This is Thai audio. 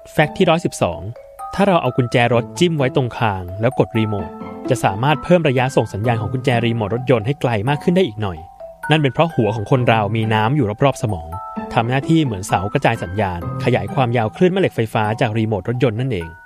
แฟกต์ที่112ถ้าเราเอากุญแจรถจิ้มไว้ตรงคางแล้วกดรีโมทจะสามารถเพิ่มระยะส่งสัญญาณของกุญแจรีโมทรถยนต์ให้ไกลมากขึ้นได้อีกหน่อยนั่นเป็นเพราะหัวของคนเรามีน้ำอยู่รอบๆสมองทำหน้าที่เหมือนเสากระจายสัญญาณขยายความยาวคลื่นแม่เหล็กไฟฟ้าจากรีโมทรถยนต์นั่นเอง